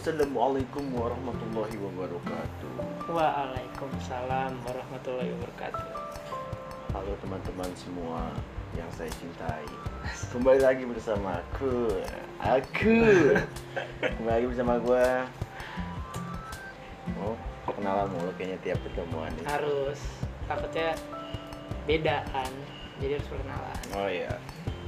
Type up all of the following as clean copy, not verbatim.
Assalamualaikum warahmatullahi wabarakatuh. Waalaikumsalam warahmatullahi wabarakatuh. Halo teman-teman semua yang saya cintai. Kembali lagi bersama aku. Kembali lagi bersama gue. Oh, kenalan mulu kayaknya tiap pertemuan nih. Harus, takutnya beda kan, jadi harus perkenalan. Oh iya.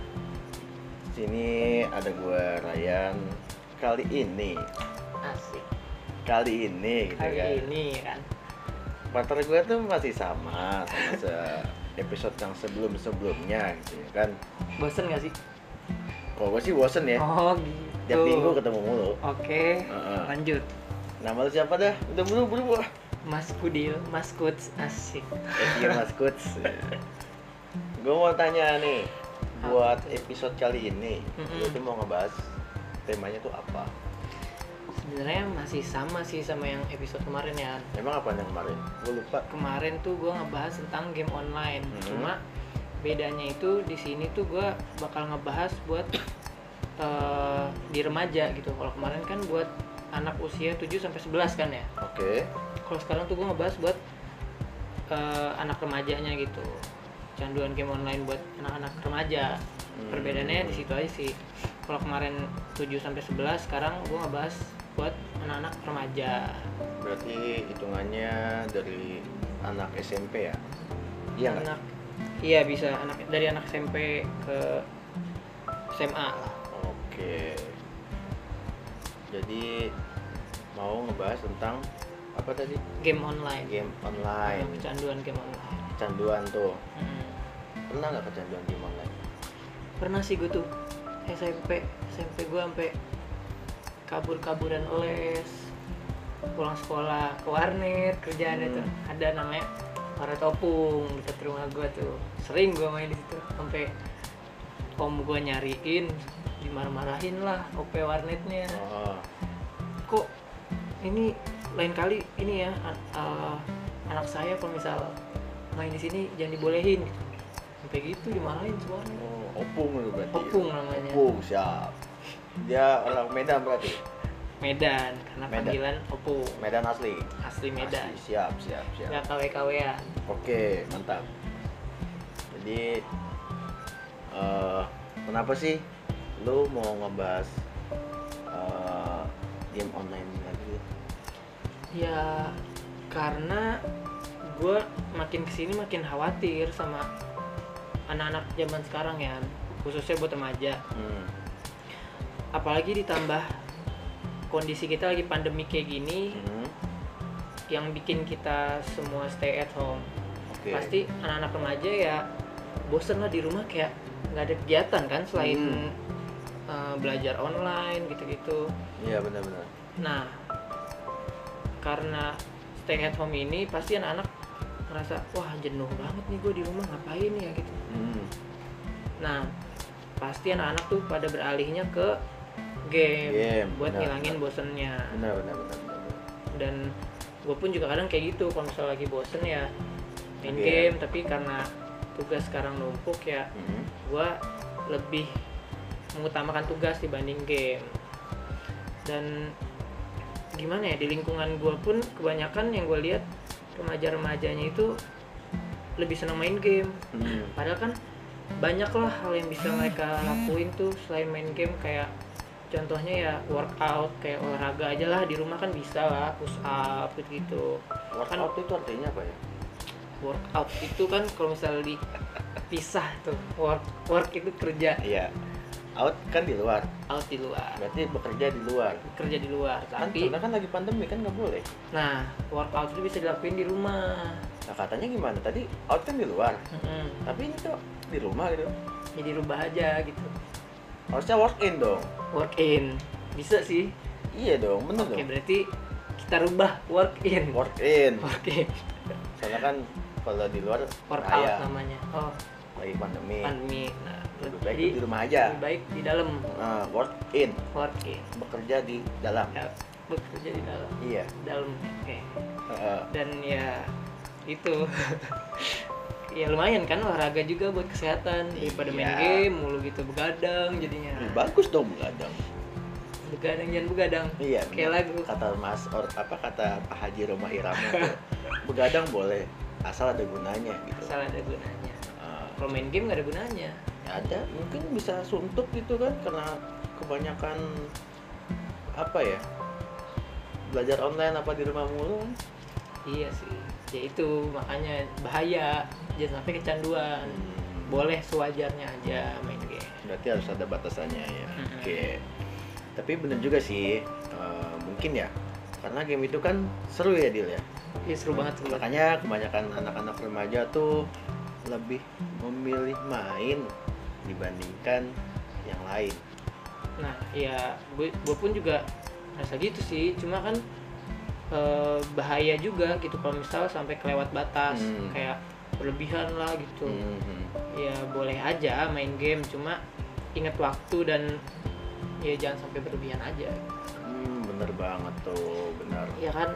Sini ada gue Ryan. Kali ini Asik. gitu Hari kan. ini kan. Partner gue tuh masih sama episode yang sebelumnya gitu ya kan. Bosen gak sih? Kalau gue sih bosen ya. Oh gitu. Tiap minggu ketemu mulu. Oke, Heeh. lanjut. Nama lu siapa dah? Udah buru-buru. Mas Kudil, Mas Kuts, asik. Iya Mas Kuts. Gue mau tanya nih, buat episode kali ini, lu tuh mau ngebahas temanya tuh apa? Sebenarnya masih sama sih sama yang episode kemarin ya. Emang apa yang kemarin? Gue lupa. Kemarin tuh gue ngebahas tentang game online. Cuma bedanya itu di sini tuh gue bakal ngebahas buat di remaja gitu. Kalau kemarin kan buat anak usia 7 sampai 11 kan ya. Oke. Kalau sekarang tuh gue ngebahas buat anak remajanya gitu. Canduan game online buat anak-anak remaja. Perbedaannya di situ aja sih. Kalau kemarin 7 sampai 11, sekarang gue ngebahas buat anak-anak remaja. Berarti hitungannya dari anak SMP ya? Iya nggak? Anak iya bisa dari anak SMP ke SMA lah. Oke. Jadi mau ngebahas tentang apa tadi? Game online. Game online. Kecanduan game online. Kecanduan tuh. Pernah nggak kecanduan game online? Pernah sih gue tuh SMP gue sampai kabur-kaburan les, pulang sekolah ke warnet, kerjaannya tuh ada namanya warnet opung dekat rumah gue tuh. Sering gue main di situ sampai om gue nyariin, dimarah-marahin lah OP warnetnya. Kok ini lain kali ini ya anak saya kalau misal main di sini jangan dibolehin gitu. Sampai gitu dimarahin semuanya. Opung lu berarti. Opung namanya. Opung, siap. Dia orang Medan berarti. Medan, karena Medan. panggilan Opung. Medan asli. Asli Medan. Asli, siap. Gak KW-KW-an. Oke, mantap. Jadi kenapa sih lu mau ngebahas game online lagi? Ya karena gue makin kesini makin khawatir sama anak-anak zaman sekarang ya, khususnya buat remaja. Apalagi ditambah kondisi kita lagi pandemi kayak gini, yang bikin kita semua stay at home. Pasti anak-anak remaja ya bosen lah di rumah, kayak nggak ada kegiatan kan selain belajar online gitu-gitu. Iya benar-benar. Nah karena stay at home ini pasti anak-anak merasa wah jenuh banget nih gue di rumah, ngapain ya gitu. Nah pasti anak-anak tuh pada beralihnya ke game buat ngilangin bosennya. Benar. Dan gue pun juga kadang kayak gitu, kalau misalnya lagi bosen ya main game. Tapi karena tugas sekarang numpuk ya, gue lebih mengutamakan tugas dibanding game. Dan gimana ya, di lingkungan gue pun kebanyakan yang gue lihat remaja-remajanya itu lebih senang main game. Padahal kan banyak lah hal yang bisa mereka lakuin tuh selain main game, kayak contohnya ya workout, kayak olahraga aja lah di rumah kan bisa lah, push up gitu. Workout itu artinya apa ya? Workout itu kan kalau misalnya dipisah tuh, work itu kerja. Iya. Out kan di luar. Out di luar. Berarti bekerja di luar. Kerja di luar. Tapi karena kan lagi pandemi kan nggak boleh. Nah, workout itu bisa dilakuin di rumah. Nah katanya gimana? Tadi out kan di luar. Tapi ini tuh di rumah gitu. Ya dirubah aja gitu. Harusnya work in dong. Work in. Bisa sih. Iya dong, bener dong. Oke, berarti kita rubah work in. Work in. Work in. Soalnya kan kalau di luar Workout namanya. Oh, lagi pandemi. Nah, Lebih baik di rumah aja. Lebih baik di dalam. Work in. Work in. Bekerja di dalam. Ya, bekerja di dalam. Iya. Dalam. Oke. Dan ya itu ya lumayan kan olahraga juga buat kesehatan daripada main game mulu gitu, begadang jadinya. Bagus dong begadang. Begadang jangan begadang. Iya, Kayak benar. lagu. Kata Pak Haji Roma Irama tuh, begadang boleh asal ada gunanya gitu. Asal ada gunanya. Ah, Kalau main game nggak ada gunanya. ada mungkin bisa suntuk gitu kan karena kebanyakan apa ya, belajar online apa di rumah mulu kan. Iya sih. Ya itu makanya bahaya. Jangan sampai kecanduan. Boleh sewajarnya aja main game. Berarti harus ada batasannya ya. Mm-mm. Oke. Tapi bener juga sih, mungkin ya karena game itu kan seru ya Dil ya. Iya seru banget seru banget. Makanya kebanyakan anak-anak remaja tuh lebih memilih main dibandingkan yang lain. Nah, ya gue pun juga rasa gitu sih. Cuma kan bahaya juga gitu kalau misal sampai kelewat batas, kayak berlebihan lah gitu. Ya boleh aja main game, cuma ingat waktu dan ya jangan sampai berlebihan aja. Bener banget tuh, bener. Ya kan.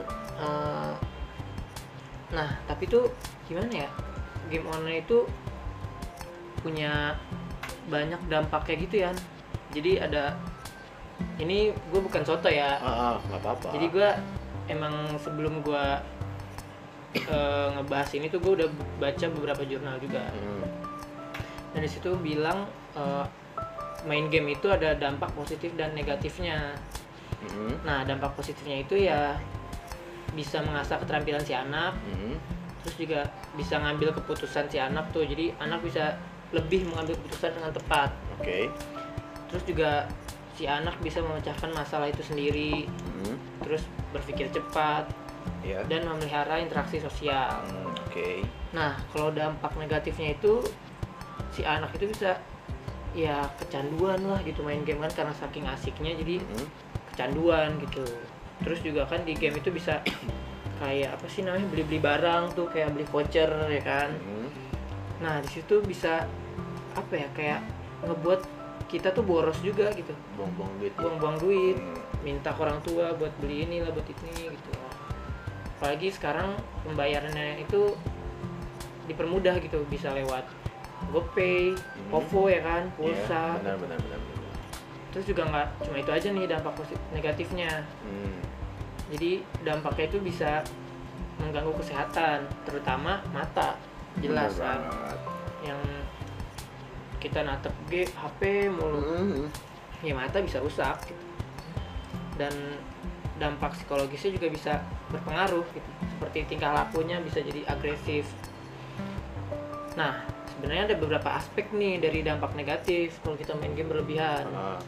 Nah, tapi tuh gimana ya? Game online itu punya banyak dampaknya gitu ya. Jadi ada, ini gue bukan soto ya. Nggak apa-apa. Jadi gue emang sebelum gue ngebahas ini tuh gue udah baca beberapa jurnal juga. Dan di situ bilang main game itu ada dampak positif dan negatifnya. Nah, dampak positifnya itu ya bisa mengasah keterampilan si anak, terus juga bisa ngambil keputusan si anak tuh. Jadi anak bisa lebih mengambil keputusan dengan tepat. Terus juga si anak bisa memecahkan masalah itu sendiri, terus berpikir cepat, dan memelihara interaksi sosial. Nah, kalau dampak negatifnya itu si anak itu bisa ya kecanduan lah gitu main game kan, karena saking asiknya jadi kecanduan gitu. Terus juga kan di game itu bisa kayak apa sih namanya, beli-beli barang tuh, kayak beli voucher ya kan. Nah, di situ bisa apa ya, kayak ngebuat kita tuh boros juga gitu, buang-buang duit, minta ke orang tua buat beli ini lah, buat ini gitu. Apalagi sekarang pembayarannya itu dipermudah gitu, bisa lewat GoPay, OVO ya kan, pulsa. Benar. Terus juga nggak cuma itu aja nih dampak negatifnya. Jadi dampaknya itu bisa mengganggu kesehatan, terutama mata. Jelas kan, yang kita natep HP mulu, ya mata bisa rusak gitu. Dan dampak psikologisnya juga bisa berpengaruh gitu, seperti tingkah lakunya bisa jadi agresif. Nah, sebenarnya ada beberapa aspek nih dari dampak negatif kalau kita main game berlebihan.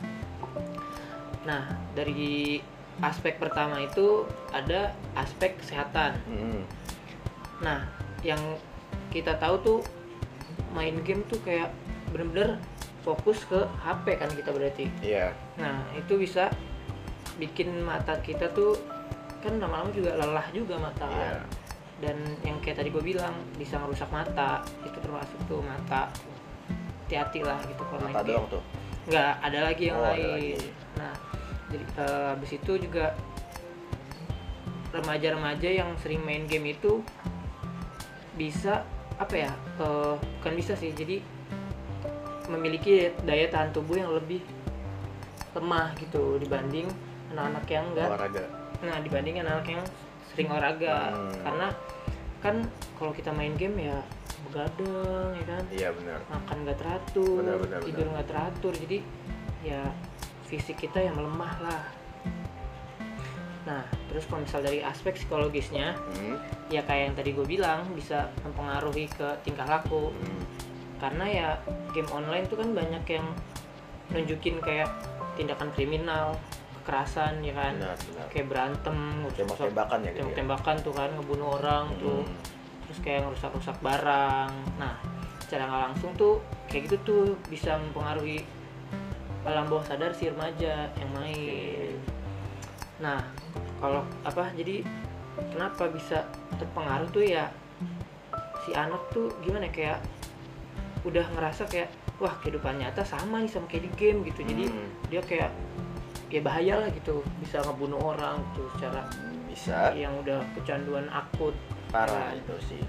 Nah, dari aspek pertama itu ada aspek kesehatan. Nah, yang kita tahu tuh main game tuh kayak bener-bener fokus ke HP kan kita berarti. Nah, itu bisa bikin mata kita tuh kan lama-lama juga lelah juga mata kan. Dan yang kayak tadi gue bilang bisa ngerusak mata, itu termasuk tuh mata. Hati-hati lah gitu kalau main game. Tuh. Nggak, ada lagi yang lain. Ada lagi. Nah, jadi habis itu juga remaja-remaja yang sering main game itu bisa apa ya, bukan bisa sih, jadi memiliki daya tahan tubuh yang lebih lemah gitu dibanding anak-anak yang enggak Olahraga. Nah, dibanding anak-anak yang sering olahraga. Karena kan kalau kita main game ya begadang ya kan, Benar. makan nggak teratur, Benar. tidur nggak teratur, jadi ya fisik kita yang melemah lah. Nah, terus kalau misal dari aspek psikologisnya, ya kayak yang tadi gue bilang, bisa mempengaruhi ke tingkah laku. Karena ya game online tuh kan banyak yang nunjukin kayak tindakan kriminal, kekerasan ya kan. Benar. Kayak berantem, Tembak-tembakan ya gitu ya? tembak-tembakan tuh kan, ngebunuh orang tuh. Terus kayak ngerusak-rusak barang. Nah, secara nggak langsung tuh kayak gitu tuh bisa mempengaruhi alam bawah sadar si remaja yang main. Nah, kalau jadi kenapa bisa terpengaruh tuh ya, si anak tuh gimana, kayak udah ngerasa kayak wah kehidupan nyata sama nih sama kayak di game gitu. Jadi dia kayak ya bahaya lah gitu, bisa ngebunuh orang tuh secara bisa yang udah kecanduan akut. parah itu sih.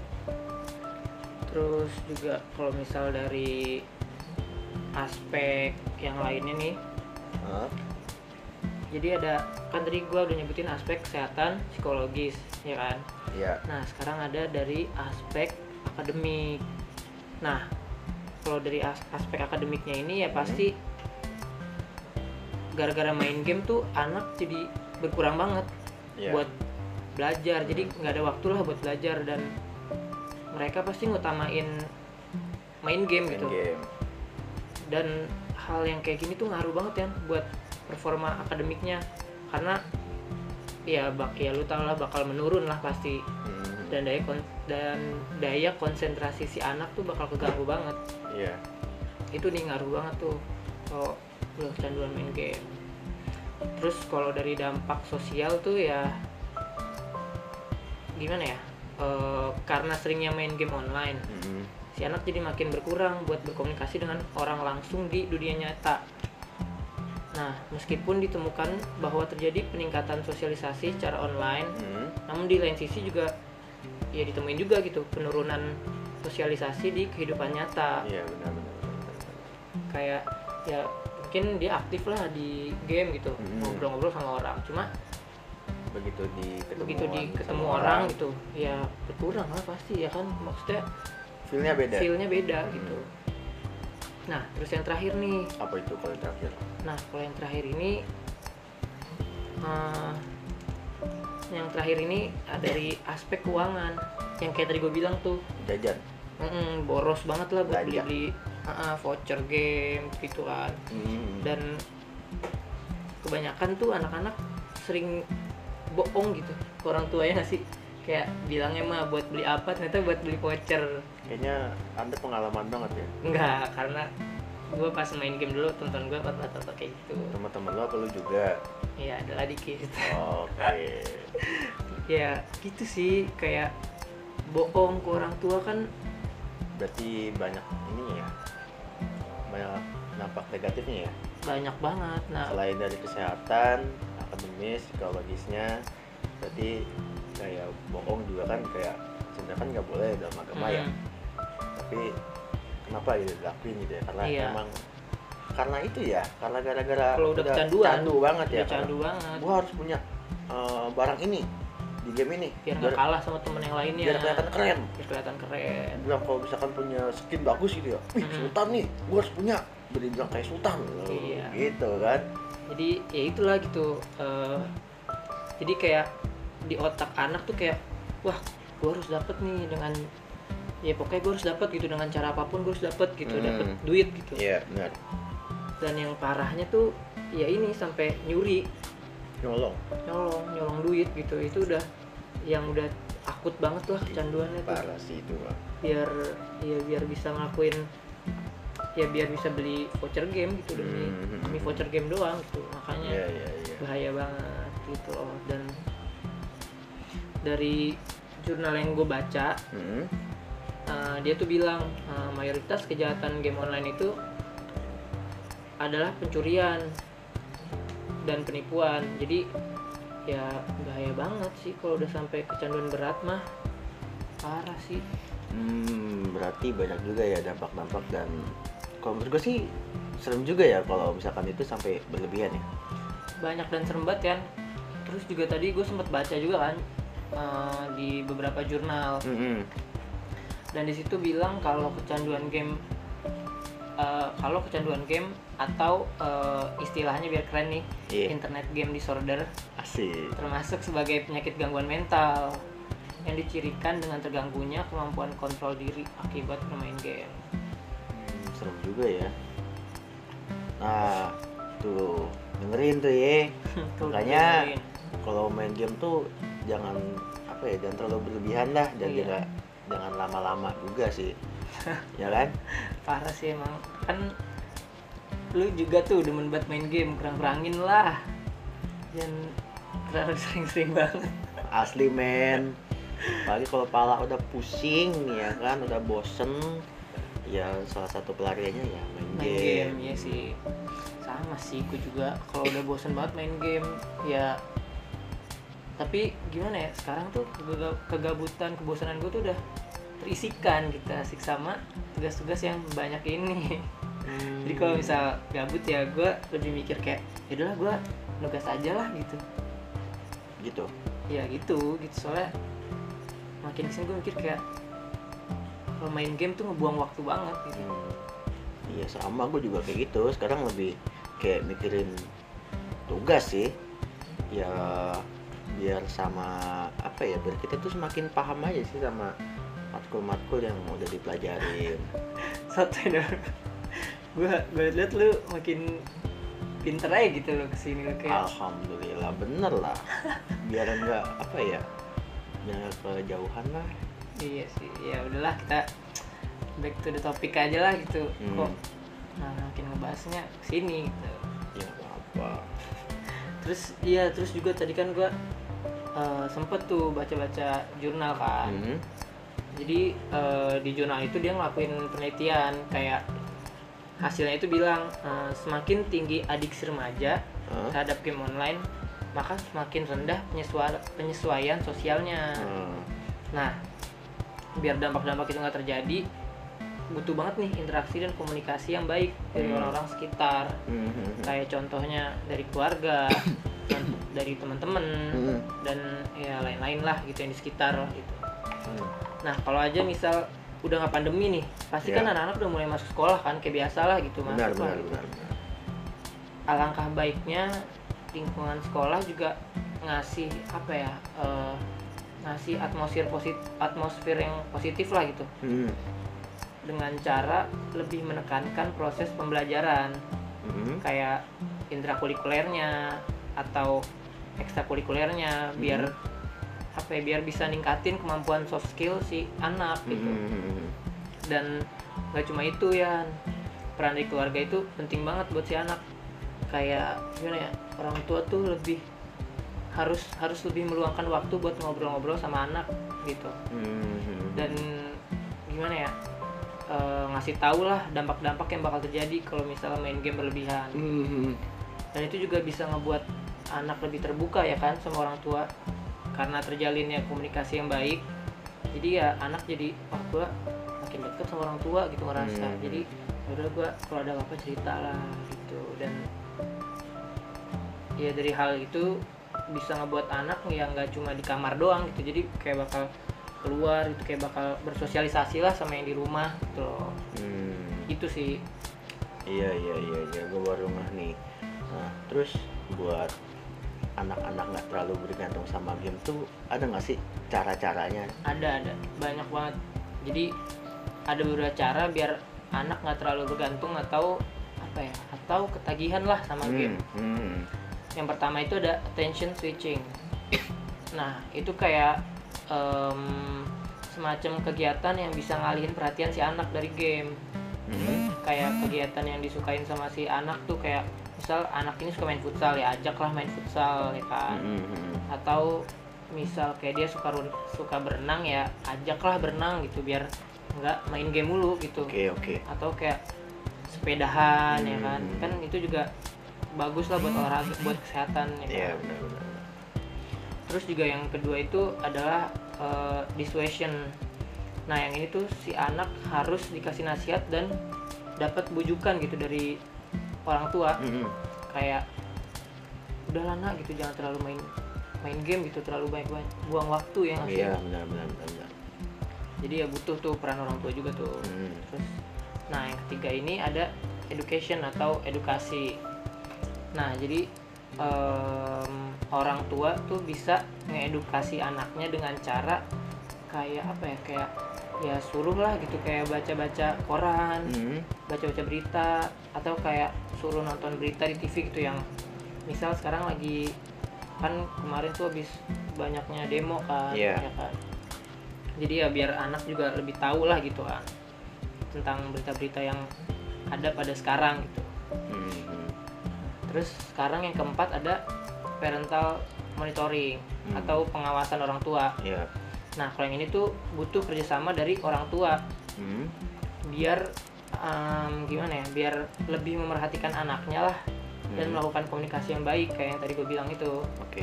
Terus juga kalau misal dari aspek yang lainnya nih, jadi ada kan tadi gue udah nyebutin aspek kesehatan psikologis ya kan. Iya. Nah sekarang ada dari aspek akademik. Nah kalau dari aspek akademiknya ini ya pasti gara-gara main game tuh anak jadi berkurang banget buat belajar, jadi nggak ada waktu lah buat belajar dan mereka pasti ngutamain main game gitu. Dan hal yang kayak gini tuh ngaruh banget ya buat performa akademiknya, karena ya lu tau lah bakal menurun lah pasti. Dan daya konsentrasi si anak tuh bakal keganggu banget. Itu nih ngaruh banget tuh kalau udah kecanduan main game. Terus kalau dari dampak sosial tuh ya gimana ya, karena seringnya main game online, si anak jadi makin berkurang buat berkomunikasi dengan orang langsung di dunia nyata. Nah, meskipun ditemukan bahwa terjadi peningkatan sosialisasi secara online, namun di lain sisi juga ya ditemuin juga gitu penurunan sosialisasi di kehidupan nyata. Iya, benar. Kayak ya mungkin dia aktif lah di game gitu, ngobrol-ngobrol sama orang. Cuma begitu ketemu orang gitu, ya berkurang lah pasti ya kan, maksudnya feelnya beda gitu. Nah, terus yang terakhir nih. Apa itu kalau yang terakhir? Nah, kalau yang terakhir ini dari aspek keuangan, yang kayak tadi gue bilang tuh, jajan. Boros banget lah buat beli voucher game gitu kan. Dan kebanyakan tuh anak-anak sering bohong gitu ke orang tuanya nggak sih, kayak bilangnya mah buat beli apa, ternyata buat beli voucher. Kayaknya Anda pengalaman banget ya? Enggak, karena gue pas main game dulu tonton gue rata-rata kayak gitu. Teman-teman lo apa lo juga? Iya, adalah dikit. Oke. Ya gitu sih, kayak bohong ke orang tua kan. Berarti banyak ini ya, banyak dampak negatifnya ya? Banyak banget. Nah, selain dari kesehatan, akademis, psikologisnya, berarti kayak bohong juga kan, kayak sebenarnya kan nggak boleh dalam agama ya, tapi kenapa gitu dilakuin gitu ya, karena emang karena itu ya, karena gara-gara kalau udah candu banget ya, candu banget. Gua harus punya barang ini di game ini biar nggak kalah sama temen yang lainnya, biar kelihatan keren. Bilang kalau misalkan punya skin bagus gitu ya, Sultan nih, gua harus punya, bilang kayak Sultan. Iya. Gitu kan. Jadi ya itulah gitu. Jadi kayak di otak anak tuh kayak, wah gue harus dapet nih dengan, ya pokoknya gue harus dapet gitu dengan cara apapun, gue harus dapet gitu, dapet duit gitu. Iya, benar. Dan yang parahnya tuh ya ini sampai nyolong duit gitu. Itu udah yang udah akut banget lah kecanduannya tuh. Parah sih itu, Bang. Biar bisa ngelakuin, ya biar bisa beli voucher game gitu, demi voucher game doang gitu. Makanya bahaya banget gitu loh. Dan dari jurnal yang gue baca, dia tuh bilang mayoritas kejahatan game online itu adalah pencurian dan penipuan. Jadi ya bahaya banget sih kalau udah sampai kecanduan berat mah, parah sih. Berarti banyak juga ya dampak-dampak, dan kalau menurut gue sih serem juga ya kalau misalkan itu sampai berlebihan ya. Banyak dan serem banget kan. Terus juga tadi gue sempat baca juga kan di beberapa jurnal, dan di situ bilang kalau kecanduan game atau istilahnya biar keren nih, internet game disorder, asik, termasuk sebagai penyakit gangguan mental yang dicirikan dengan terganggunya kemampuan kontrol diri akibat bermain game. Serem juga ya. Nah tuh dengerin tuh ya. Makanya kalau main game tuh jangan terlalu berlebihan lah, dan jangan lama-lama juga sih. Ya kan? Parah sih emang. Kan lu juga tuh demen banget main game, kurang-kurangin lah. Jangan sering-sering banget. Asli men. Apalagi kalau pala udah pusing ya kan, udah bosen, ya salah satu pelariannya ya main game. Ya sih. Sama sih, gue juga kalau udah bosen banget main game ya. Tapi gimana ya, sekarang tuh kebosanan gue tuh udah terisikan gitu, asik sama tugas-tugas yang banyak ini. Jadi kalau misal gabut ya gue lebih mikir kayak, yaudahlah gue nugas aja lah gitu. Ya gitu soalnya makin kesini gue mikir kayak kalau main game tuh ngebuang waktu banget gitu. Iya sama, gue juga kayak gitu. Sekarang lebih kayak mikirin tugas sih, ya biar sama apa ya, biar kita tuh semakin paham aja sih sama matkul-matkul yang udah dipelajarin. Satu dong. gue liat lu makin pinter aja gitu lo kesini lo kayak. Alhamdulillah, bener lah. Biar enggak apa ya, jangan kejauhan lah. Iya sih, ya udahlah kita back to the topic aja lah gitu. Kok makin ngebahasnya kesini gitu. Ya apa. Terus juga tadi kan gua sempet tuh baca-baca jurnal kan. Jadi di jurnal itu dia ngelakuin penelitian kayak hasilnya itu bilang semakin tinggi adiksi remaja terhadap game online, maka semakin rendah penyesuaian sosialnya. Nah, biar dampak-dampak itu nggak terjadi, butuh banget nih interaksi dan komunikasi yang baik dari orang-orang sekitar. Kayak contohnya dari keluarga, dari teman-teman, dan ya lain-lain lah gitu yang di sekitar gitu. Nah, kalau aja misal udah nggak pandemi nih, pasti kan anak-anak udah mulai masuk sekolah kan, kayak biasa lah gitu. Benar. Alangkah baiknya lingkungan sekolah juga ngasih apa ya, ngasih atmosfer yang positif lah gitu, dengan cara lebih menekankan proses pembelajaran, kayak intrakurikulernya atau ekstrakurikulernya, biar apa ya, biar bisa ningkatin kemampuan soft skill si anak gitu. Dan nggak cuma itu ya, peran dari keluarga itu penting banget buat si anak. Kayak gimana ya, orang tua tuh harus lebih meluangkan waktu buat ngobrol-ngobrol sama anak gitu. Dan gimana ya, ngasih tahu lah dampak-dampak yang bakal terjadi kalau misalnya main game berlebihan. Dan itu juga bisa ngebuat anak lebih terbuka ya kan sama orang tua, karena terjalinnya komunikasi yang baik. Jadi ya anak jadi, wah gue makin deket sama orang tua gitu ngerasa. Jadi udah gue kalau ada apa cerita lah gitu. Dan ya dari hal itu bisa ngebuat anak yang nggak cuma di kamar doang gitu, jadi kayak bakal keluar gitu, kayak bakal bersosialisasi lah sama yang di rumah gitu loh. Itu sih. Iya, gue baru ngeh nih. Nah, terus buat anak-anak nggak terlalu bergantung sama game tuh ada nggak sih cara-caranya? Ada banyak banget. Jadi ada beberapa cara biar anak nggak terlalu bergantung atau apa ya, atau ketagihan lah sama game. Yang pertama itu ada attention switching. Nah itu kayak semacam kegiatan yang bisa ngalihin perhatian si anak dari game. Kayak kegiatan yang disukain sama si anak tuh kayak misal anak ini suka main futsal, ya ajaklah main futsal ya kan. Atau misal kayak dia suka berenang, ya ajaklah berenang gitu, biar nggak main game mulu gitu. Oke. Atau kayak sepedahan ya kan itu juga bagus lah buat olahraga, buat kesehatan ya kan. Iya, benar. Terus juga yang kedua itu adalah dissuasion. Nah yang ini tuh si anak harus dikasih nasihat dan dapat bujukan gitu dari orang tua. Kayak udahlah nak gitu, jangan terlalu main game gitu, terlalu banyak buang waktu ya. Iya, benar. Jadi ya butuh tuh peran orang tua juga tuh. Terus nah yang ketiga ini ada education atau edukasi. Nah jadi orang tua tuh bisa ngedukasi anaknya dengan cara kayak apa ya, kayak ya suruh lah gitu, kayak baca-baca koran, baca-baca berita, atau kayak suruh nonton berita di TV gitu, yang misal sekarang lagi kan kemarin tuh habis banyaknya demo kan, ya kan. Jadi ya biar anak juga lebih tahu lah gitu kan tentang berita-berita yang ada pada sekarang gitu. Terus sekarang yang keempat ada parental monitoring atau pengawasan orang tua. Nah kalau yang ini tuh butuh kerjasama dari orang tua, biar gimana ya, biar lebih memerhatikan anaknya lah, dan melakukan komunikasi yang baik kayak yang tadi gue bilang itu.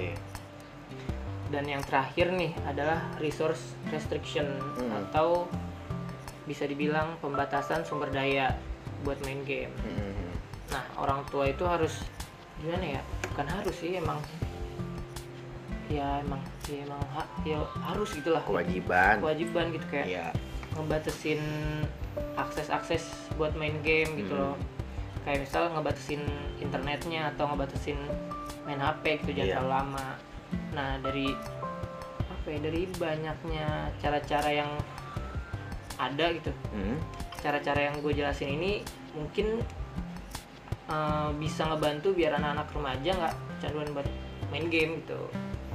Dan yang terakhir nih adalah resource restriction atau bisa dibilang pembatasan sumber daya buat main game. Nah orang tua itu harus gimana ya, bukan harus sih, emang harus gitulah, kewajiban gitu, kayak Iya. ngebatasin akses buat main game gitu loh. Kayak misal ngebatasin internetnya atau ngebatasin main HP gitu, jangan terlalu lama. Nah, dari banyaknya cara-cara yang ada gitu, cara-cara yang gue jelasin ini mungkin bisa ngebantu biar anak-anak remaja nggak kecanduan buat main game gitu.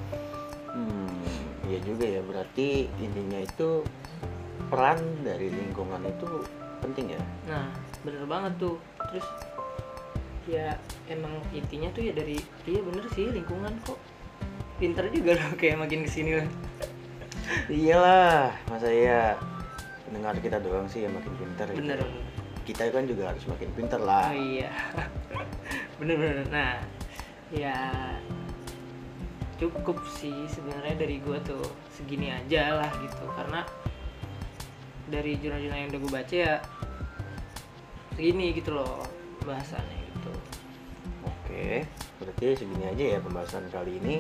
Iya juga ya, berarti intinya itu peran dari lingkungan itu penting ya. Nah, bener banget tuh. Terus ya emang intinya tuh ya dari, iya bener sih, lingkungan kok. Pinter juga loh kayak makin kesini lah. Iyalah, masa ya pendengar kita doang sih yang makin pinter. Bener. Gitu. Kita kan juga harus makin pinter lah. Oh iya. Bener. Nah, ya cukup sih sebenarnya dari gue tuh segini aja lah gitu, karena dari jurnal-jurnal yang udah gue baca ya segini gitu loh bahasannya gitu. Oke, berarti segini aja ya pembahasan kali ini.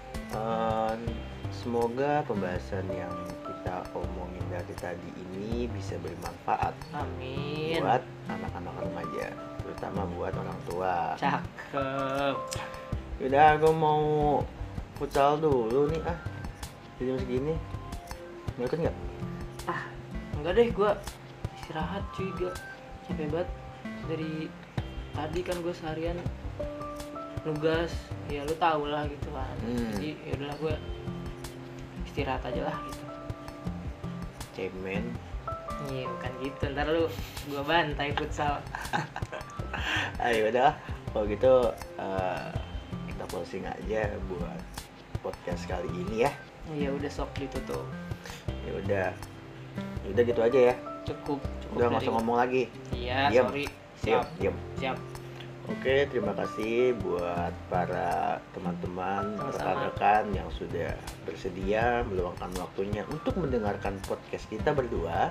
Semoga pembahasan yang kita omongin dari tadi ini bisa bermanfaat. Amin. Buat anak-anak remaja, terutama buat orang tua. Cakep. Yaudah, gue mau futsal dulu nih jam segini. Mau ikut nggak? Enggak deh, gue istirahat cuy, gue capek banget dari tadi kan gue seharian nugas, ya lu tau lah gitu kan. Jadi yaudahlah, gue istirahat aja lah gitu. Cemen. Iya bukan gitu, ntar lu gue bantai futsal. Ayo udah, kalau gitu kita closing aja buat podcast kali ini ya. Iya udah, sok ditutup. Ya udah gitu aja ya. Cukup Udah nggak usah ngomong lagi. Iya, Diam. sorry. Siap. Oke, terima kasih buat para teman-teman, rekan-rekan yang sudah bersedia meluangkan waktunya untuk mendengarkan podcast kita berdua.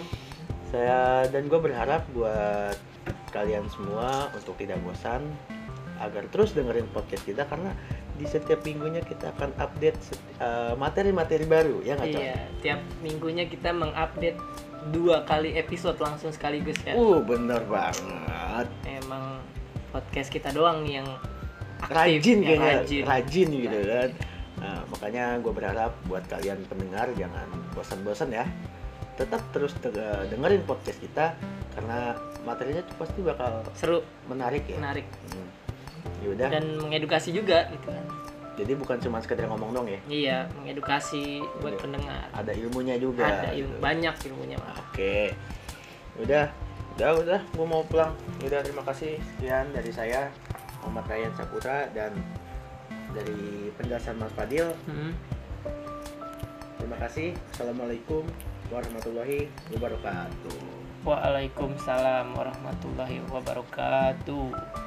Saya dan gue berharap buat kalian semua untuk tidak bosan, agar terus dengerin podcast kita, karena di setiap minggunya kita akan update materi-materi baru, ya nggak, Con? Iya, tiap minggunya kita mengupdate 2 kali episode langsung sekaligus ya. Bener banget. Emang podcast kita doang yang aktif, rajin gitu kan. Nah, makanya gue berharap buat kalian pendengar jangan bosan-bosan ya. Tetap terus dengerin podcast kita, karena materinya tuh pasti bakal seru, menarik ya. Yaudah. Dan mengedukasi juga gitu kan. Jadi bukan cuma sekedar ngomong dong ya. Iya, mengedukasi buat pendengar. Ada ilmunya juga. Ada banyak ilmunya malah. Oke. Udah, gue mau pulang. Udah, terima kasih. Sekian dari saya, Muhammad Ryan Saputra, dan dari penjelasan Mas Fadil. Terima kasih. Assalamualaikum warahmatullahi wabarakatuh. Waalaikumsalam warahmatullahi wabarakatuh.